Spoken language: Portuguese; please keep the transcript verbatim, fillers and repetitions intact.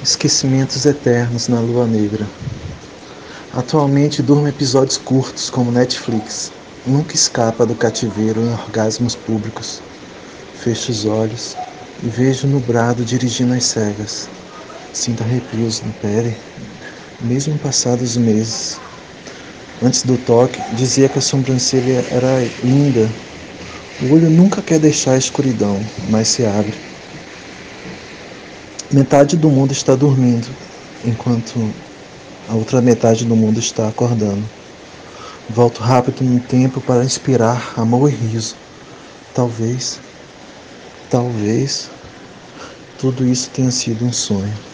Esquecimentos eternos na lua negra. Atualmente durmo episódios curtos como Netflix. Nunca escapa do cativeiro em orgasmos públicos. Fecho os olhos e vejo nublado dirigindo às cegas. Sinto arrepios na pele, mesmo passados meses. Antes do toque, dizia que a sobrancelha era linda. O olho nunca quer deixar a escuridão, mas se abre. Metade do mundo está dormindo, enquanto a outra metade do mundo está acordando. Volto rápido no tempo para inspirar amor e riso. Talvez, talvez, tudo isso tenha sido um sonho.